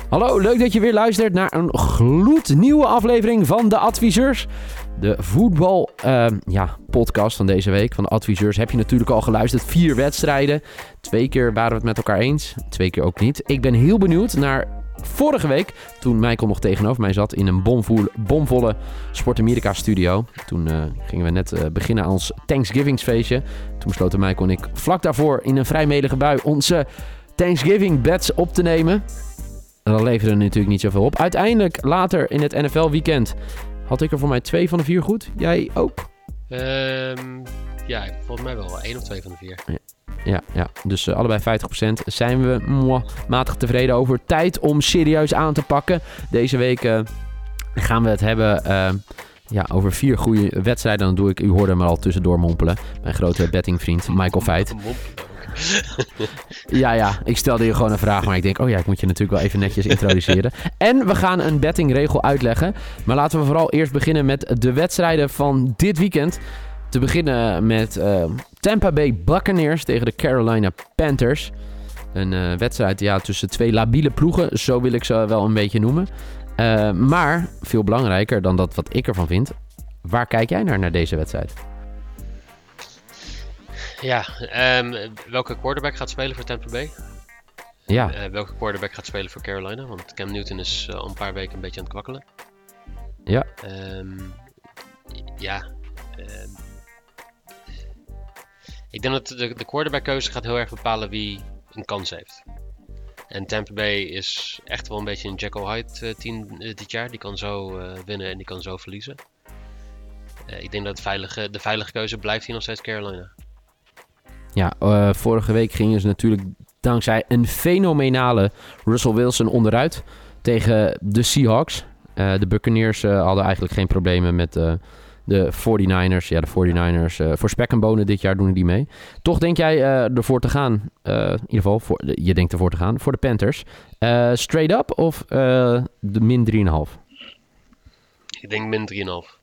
Hallo, leuk dat je weer luistert naar een gloednieuwe aflevering van De Adviseurs. De voetbal podcast van deze week van De Adviseurs heb je natuurlijk al geluisterd. 4 wedstrijden. 2 keer waren we het met elkaar eens. 2 keer ook niet. Ik ben heel benieuwd naar vorige week, toen Michael nog tegenover mij zat in een bomvolle Sport Amerika studio. Toen gingen we net beginnen aan ons Thanksgivingsfeestje. Toen besloten Michael en ik vlak daarvoor in een vrij melige bui onze Thanksgiving bets op te nemen. En dat leverde natuurlijk niet zoveel op. Uiteindelijk, later in het NFL-weekend, had ik er voor mij 2 van de 4 goed. Jij ook? Ja, volgens mij wel 1 of 2 van de 4. Ja. Dus allebei 50%. Zijn we matig tevreden over. Tijd om serieus aan te pakken. Deze week gaan we het hebben over 4 goede wedstrijden. Dan doe ik, u hoorde hem al tussendoor mompelen, mijn grote bettingvriend Michael Veit. Ja, ik stelde je gewoon een vraag, maar ik denk, ik moet je natuurlijk wel even netjes introduceren. En we gaan een bettingregel uitleggen. Maar laten we vooral eerst beginnen met de wedstrijden van dit weekend. Te beginnen met Tampa Bay Buccaneers tegen de Carolina Panthers. Een wedstrijd tussen 2 labiele ploegen, zo wil ik ze wel een beetje noemen. Maar veel belangrijker dan dat wat ik ervan vind, waar kijk jij naar deze wedstrijd? Ja, welke quarterback gaat spelen voor Tampa Bay? Ja. Welke quarterback gaat spelen voor Carolina? Want Cam Newton is al een paar weken een beetje aan het kwakkelen. Ja. Ik denk dat de quarterbackkeuze gaat heel erg bepalen wie een kans heeft. En Tampa Bay is echt wel een beetje een Jekyll Hyde team dit jaar. Die kan zo winnen en die kan zo verliezen. Ik denk dat de veilige keuze blijft hier nog steeds Carolina. Ja, vorige week gingen ze natuurlijk dankzij een fenomenale Russell Wilson onderuit tegen de Seahawks. De Buccaneers hadden eigenlijk geen problemen met de 49ers. Ja, de 49ers voor spek en bonen dit jaar doen die mee. Toch denk jij ervoor te gaan, in ieder geval, je denkt ervoor te gaan, voor de Panthers. Straight up of de min 3,5? Ik denk min 3,5.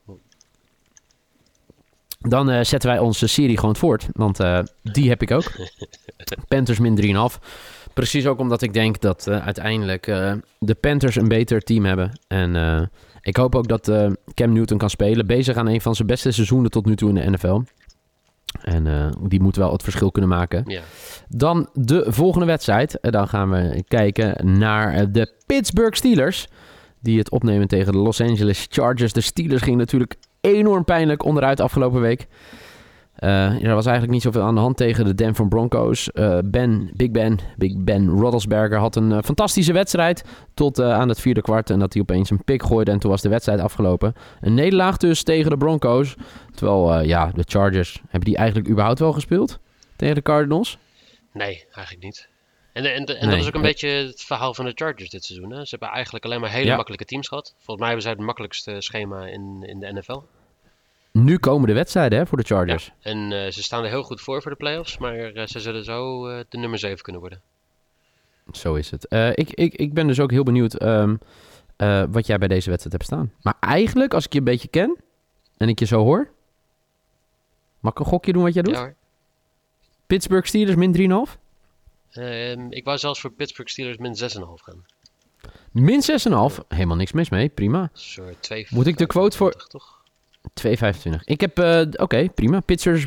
Dan zetten wij onze serie gewoon voort, want die heb ik ook. Panthers min 3,5. Precies ook omdat ik denk dat uiteindelijk de Panthers een beter team hebben. En ik hoop ook dat Cam Newton kan spelen. Bezig aan een van zijn beste seizoenen tot nu toe in de NFL. En die moet wel het verschil kunnen maken. Ja. Dan de volgende wedstrijd. Dan gaan we kijken naar de Pittsburgh Steelers, die het opnemen tegen de Los Angeles Chargers. De Steelers gingen natuurlijk enorm pijnlijk onderuit afgelopen week. Er was eigenlijk niet zoveel aan de hand tegen de Denver Broncos. Big Ben Roethlisberger had een fantastische wedstrijd tot aan het 4e kwart. En dat hij opeens een pick gooide en toen was de wedstrijd afgelopen. Een nederlaag dus tegen de Broncos. Terwijl de Chargers, hebben die eigenlijk überhaupt wel gespeeld tegen de Cardinals? Nee, eigenlijk niet. En dat is ook een beetje het verhaal van de Chargers dit seizoen. Hè? Ze hebben eigenlijk alleen maar hele makkelijke teams gehad. Volgens mij hebben zij het makkelijkste schema in de NFL. Nu komen de wedstrijden voor de Chargers. Ja, en ze staan er heel goed voor de playoffs. Maar ze zullen zo de nummer 7 kunnen worden. Zo is het. Ik ben dus ook heel benieuwd wat jij bij deze wedstrijd hebt staan. Maar eigenlijk, als ik je een beetje ken en ik je zo hoor, mag ik een gokje doen wat jij doet? Ja hoor. Pittsburgh Steelers min 3,5? Ik wou zelfs voor Pittsburgh Steelers min 6,5 gaan. Min 6,5? Helemaal niks mis mee. Prima. Soort 2,25. Moet ik de quote voor... Toch? 2,25. Ik heb... Oké, prima.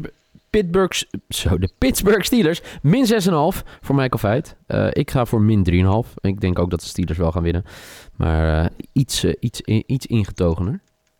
De Pittsburgh Steelers min 6,5 voor Michael Veit. Ik ga voor min 3,5. Ik denk ook dat de Steelers wel gaan winnen. Maar iets ingetogener.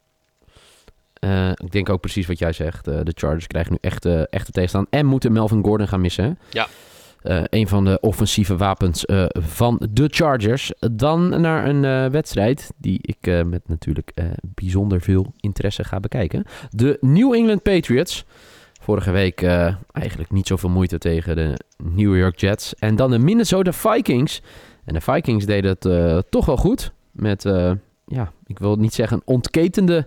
Ik denk ook precies wat jij zegt. De Chargers krijgen nu echte tegenstand. En moeten Melvin Gordon gaan missen. Hè? Ja. Een van de offensieve wapens van de Chargers. Dan naar een wedstrijd die ik met natuurlijk bijzonder veel interesse ga bekijken. De New England Patriots. Vorige week eigenlijk niet zoveel moeite tegen de New York Jets. En dan de Minnesota Vikings. En de Vikings deden het toch wel goed. Met, ik wil niet zeggen ontketende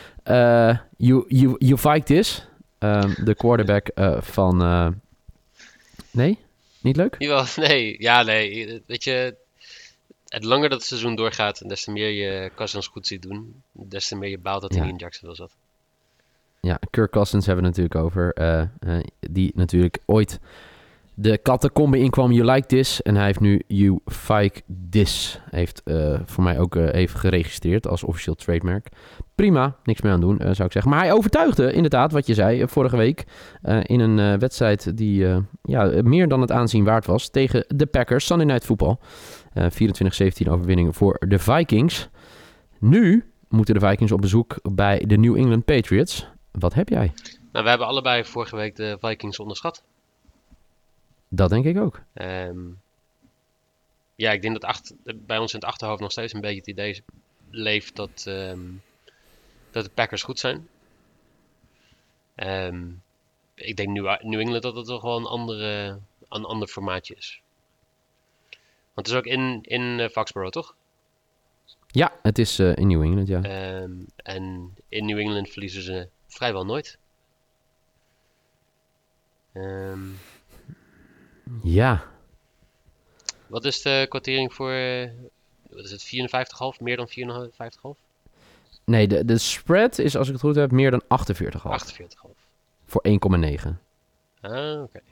you fight this. De quarterback van... Nee? Niet leuk? Jawel, nee. Ja, nee. Weet je, het langer dat het seizoen doorgaat en des te meer je Cousins goed ziet doen, des te meer je baalt dat hij niet in Jacksonville zat. Ja, Kirk Cousins hebben we natuurlijk over. Die natuurlijk ooit De kattenkombe inkwam You Like This. En hij heeft nu You Fike This. Heeft voor mij ook even geregistreerd als officieel trademark. Prima, niks meer aan doen, zou ik zeggen. Maar hij overtuigde inderdaad, wat je zei, vorige week. In een wedstrijd die meer dan het aanzien waard was. Tegen de Packers, Sunday Night Football. 24-17 overwinning voor de Vikings. Nu moeten de Vikings op bezoek bij de New England Patriots. Wat heb jij? Nou, we hebben allebei vorige week de Vikings onderschat. Dat denk ik ook. Ik denk dat bij ons in het achterhoofd nog steeds een beetje het idee leeft dat de Packers goed zijn. Ik denk New England dat het toch wel een ander formaatje is. Want het is ook in Foxborough, toch? Ja, het is in New England, ja. En in New England verliezen ze vrijwel nooit. Ja. Wat is de kwartering voor, wat is het, 54,5? Meer dan 54,5? Nee, de spread is, als ik het goed heb, meer dan 48,5. 48,5. Voor 1,9. Ah, oké.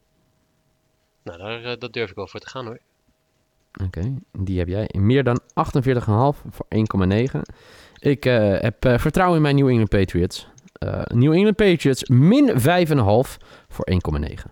Nou, dat durf ik wel voor te gaan, hoor. Oké, die heb jij. Meer dan 48,5 voor 1,9. Ik heb vertrouwen in mijn New England Patriots. New England Patriots min 5,5 voor 1,9.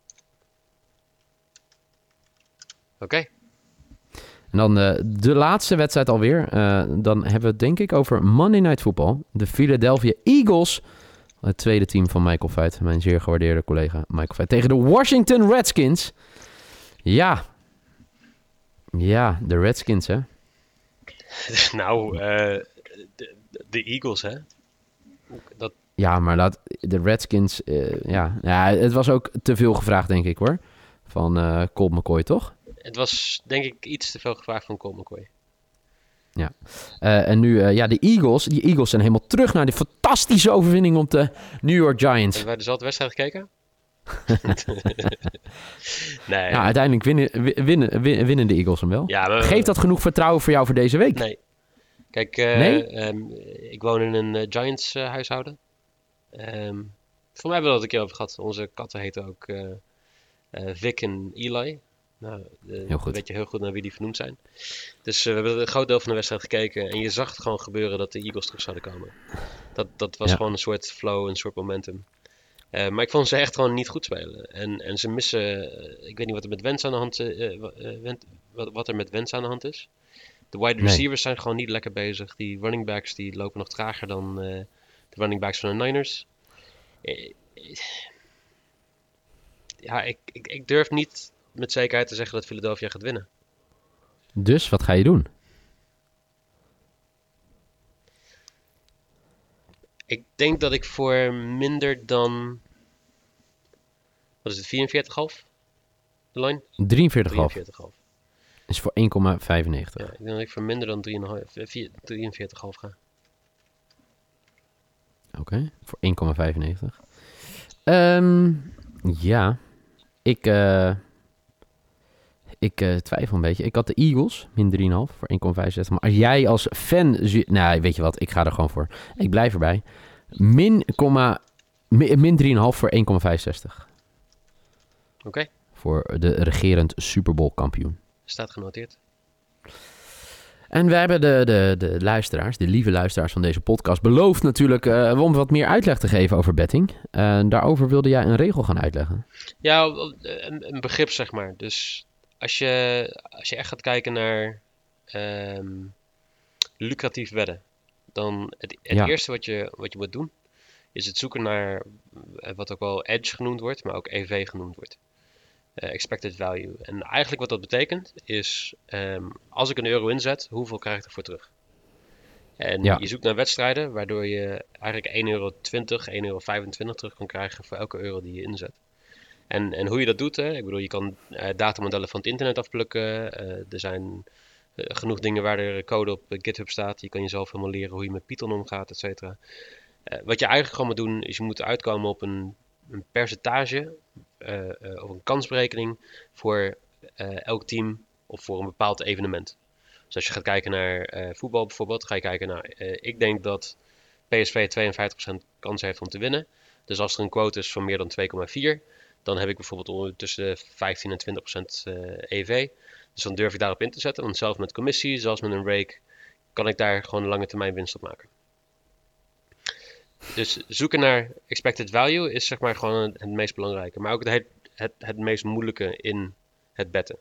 Oké. En dan de laatste wedstrijd alweer. Dan hebben we het denk ik over Monday Night Football. De Philadelphia Eagles. Het tweede team van Michael Veit. Mijn zeer gewaardeerde collega Michael Veit. Tegen de Washington Redskins. Ja. Ja, de Redskins, hè. Nou, de Eagles, hè. Ja, maar de Redskins... het was ook te veel gevraagd, denk ik, hoor. Van Colt McCoy, toch? Het was, denk ik, iets te veel gevraagd van Colt McCoy. Ja. En nu, de Eagles. Die Eagles zijn helemaal terug naar die fantastische overwinning op de New York Giants. Hebben wij dezelfde wedstrijd gekeken? Nee. Nou, uiteindelijk winnen de Eagles hem wel. Ja, maar, geeft dat genoeg vertrouwen voor jou voor deze week? Nee. Kijk, ik woon in een Giants huishouden. Voor mij hebben we dat een keer over gehad. Onze katten heten ook Vic en Eli. Nou, heel goed. weet je heel goed naar wie die vernoemd zijn. Dus we hebben een groot deel van de wedstrijd gekeken. En je zag het gewoon gebeuren dat de Eagles terug zouden komen. Dat was gewoon een soort flow, een soort momentum. Maar ik vond ze echt gewoon niet goed spelen. En ze missen... ik weet niet wat er met Wentz aan de hand... wat er met Wentz aan de hand is. De wide receivers zijn gewoon niet lekker bezig. Die running backs die lopen nog trager dan de running backs van de Niners. Ik durf niet met zekerheid te zeggen dat Philadelphia gaat winnen. Dus, wat ga je doen? Ik denk dat ik voor minder dan... Wat is het, 44,5? De line? 43,5. Is voor 1,95. Ja, ik denk dat ik voor minder dan 43,5 ga. Oké, voor 1,95. Ja, ik twijfel een beetje. Ik had de Eagles, min 3,5 voor 1,65. Maar als jij als fan... Nou, weet je wat, ik ga er gewoon voor. Ik blijf erbij. Min 3,5 voor 1,65. Oké. Voor de regerend Super Bowl kampioen. Staat genoteerd. En we hebben de luisteraars, de lieve luisteraars van deze podcast, beloofd natuurlijk om wat meer uitleg te geven over betting. Daarover wilde jij een regel gaan uitleggen. Ja, een begrip zeg maar. Dus als je echt gaat kijken naar lucratief wedden, dan het eerste wat je moet doen, is het zoeken naar wat ook wel edge genoemd wordt, maar ook EV genoemd wordt. Expected value. En eigenlijk wat dat betekent is, als ik €1 inzet, hoeveel krijg ik ervoor terug? En je zoekt naar wedstrijden waardoor je eigenlijk €1,20, €1,25 terug kan krijgen voor elke euro die je inzet. En hoe je dat doet, hè? Ik bedoel, je kan datamodellen van het internet afplukken. Er zijn genoeg dingen waar er code op GitHub staat. Je kan jezelf helemaal leren hoe je met Python omgaat, et cetera. Wat je eigenlijk gewoon moet doen, is je moet uitkomen op een percentage of een kansberekening voor elk team of voor een bepaald evenement. Dus als je gaat kijken naar voetbal bijvoorbeeld, ga je kijken naar... ik denk dat PSV 52% kans heeft om te winnen. Dus als er een quote is van meer dan 2,4, dan heb ik bijvoorbeeld tussen de 15 en 20% EV. Dus dan durf ik daarop in te zetten. Want zelf met commissie, zelfs met een rake, kan ik daar gewoon een lange termijn winst op maken. Dus zoeken naar expected value is zeg maar gewoon het meest belangrijke. Maar ook het meest moeilijke in het betten.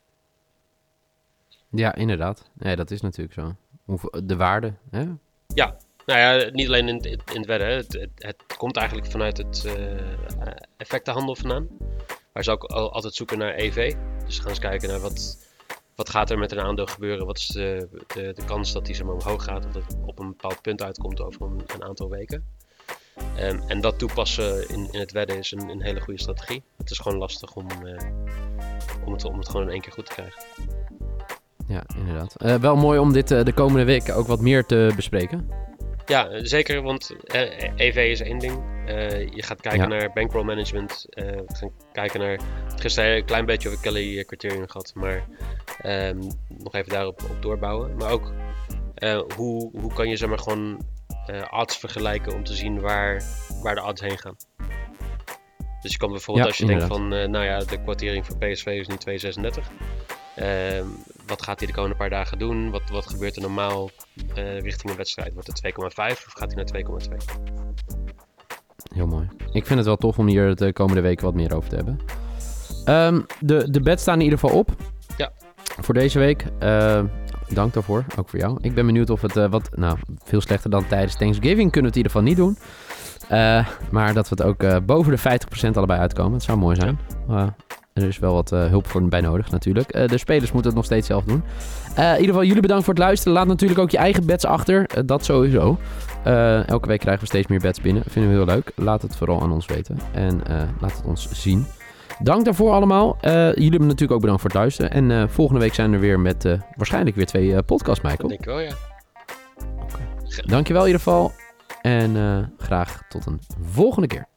Ja, inderdaad. Nee, dat is natuurlijk zo. De waarde, hè? Ja, nou ja, niet alleen in het wedden. Het komt eigenlijk vanuit het effectenhandel vandaan. Waar ze ook altijd zoeken naar EV. Dus gaan eens kijken naar wat gaat er met een aandeel gebeuren. Wat is de kans dat die zeg maar omhoog gaat. Of dat het op een bepaald punt uitkomt over een aantal weken. En dat toepassen in het wedden is een hele goede strategie. Het is gewoon lastig om het gewoon in één keer goed te krijgen. Ja, inderdaad. Wel mooi om dit de komende week ook wat meer te bespreken. Ja, zeker, want EV is één ding. Je gaat kijken naar bankroll management. We gaan kijken naar... Gisteren een klein beetje over Kelly criterion gehad, maar nog even daarop doorbouwen. Maar ook hoe kan je zeg maar gewoon odds vergelijken om te zien waar de odds heen gaan. Dus je kan bijvoorbeeld als je denkt van, de kwartering voor PSV is nu 2,36. Wat gaat hij de komende paar dagen doen? Wat gebeurt er normaal richting een wedstrijd? Wordt het 2,5 of gaat hij naar 2,2? Heel mooi. Ik vind het wel tof om hier de komende weken wat meer over te hebben. De bets staan in ieder geval op. Ja. Voor deze week. Dank daarvoor, ook voor jou. Ik ben benieuwd of het veel slechter dan tijdens Thanksgiving kunnen we het in ieder geval niet doen. Maar dat we het ook boven de 50% allebei uitkomen. Het zou mooi zijn. Er is wel wat hulp voor bij nodig natuurlijk. De spelers moeten het nog steeds zelf doen. In ieder geval, jullie bedankt voor het luisteren. Laat natuurlijk ook je eigen bets achter. Dat sowieso. Elke week krijgen we steeds meer bets binnen. Vinden we heel leuk. Laat het vooral aan ons weten. En laat het ons zien. Dank daarvoor allemaal. Jullie hebben natuurlijk ook bedankt voor het luisteren. En volgende week zijn we weer met waarschijnlijk weer 2 podcasts, Michael. Denk ik wel, ja. Okay. Dankjewel in ieder geval. En graag tot een volgende keer.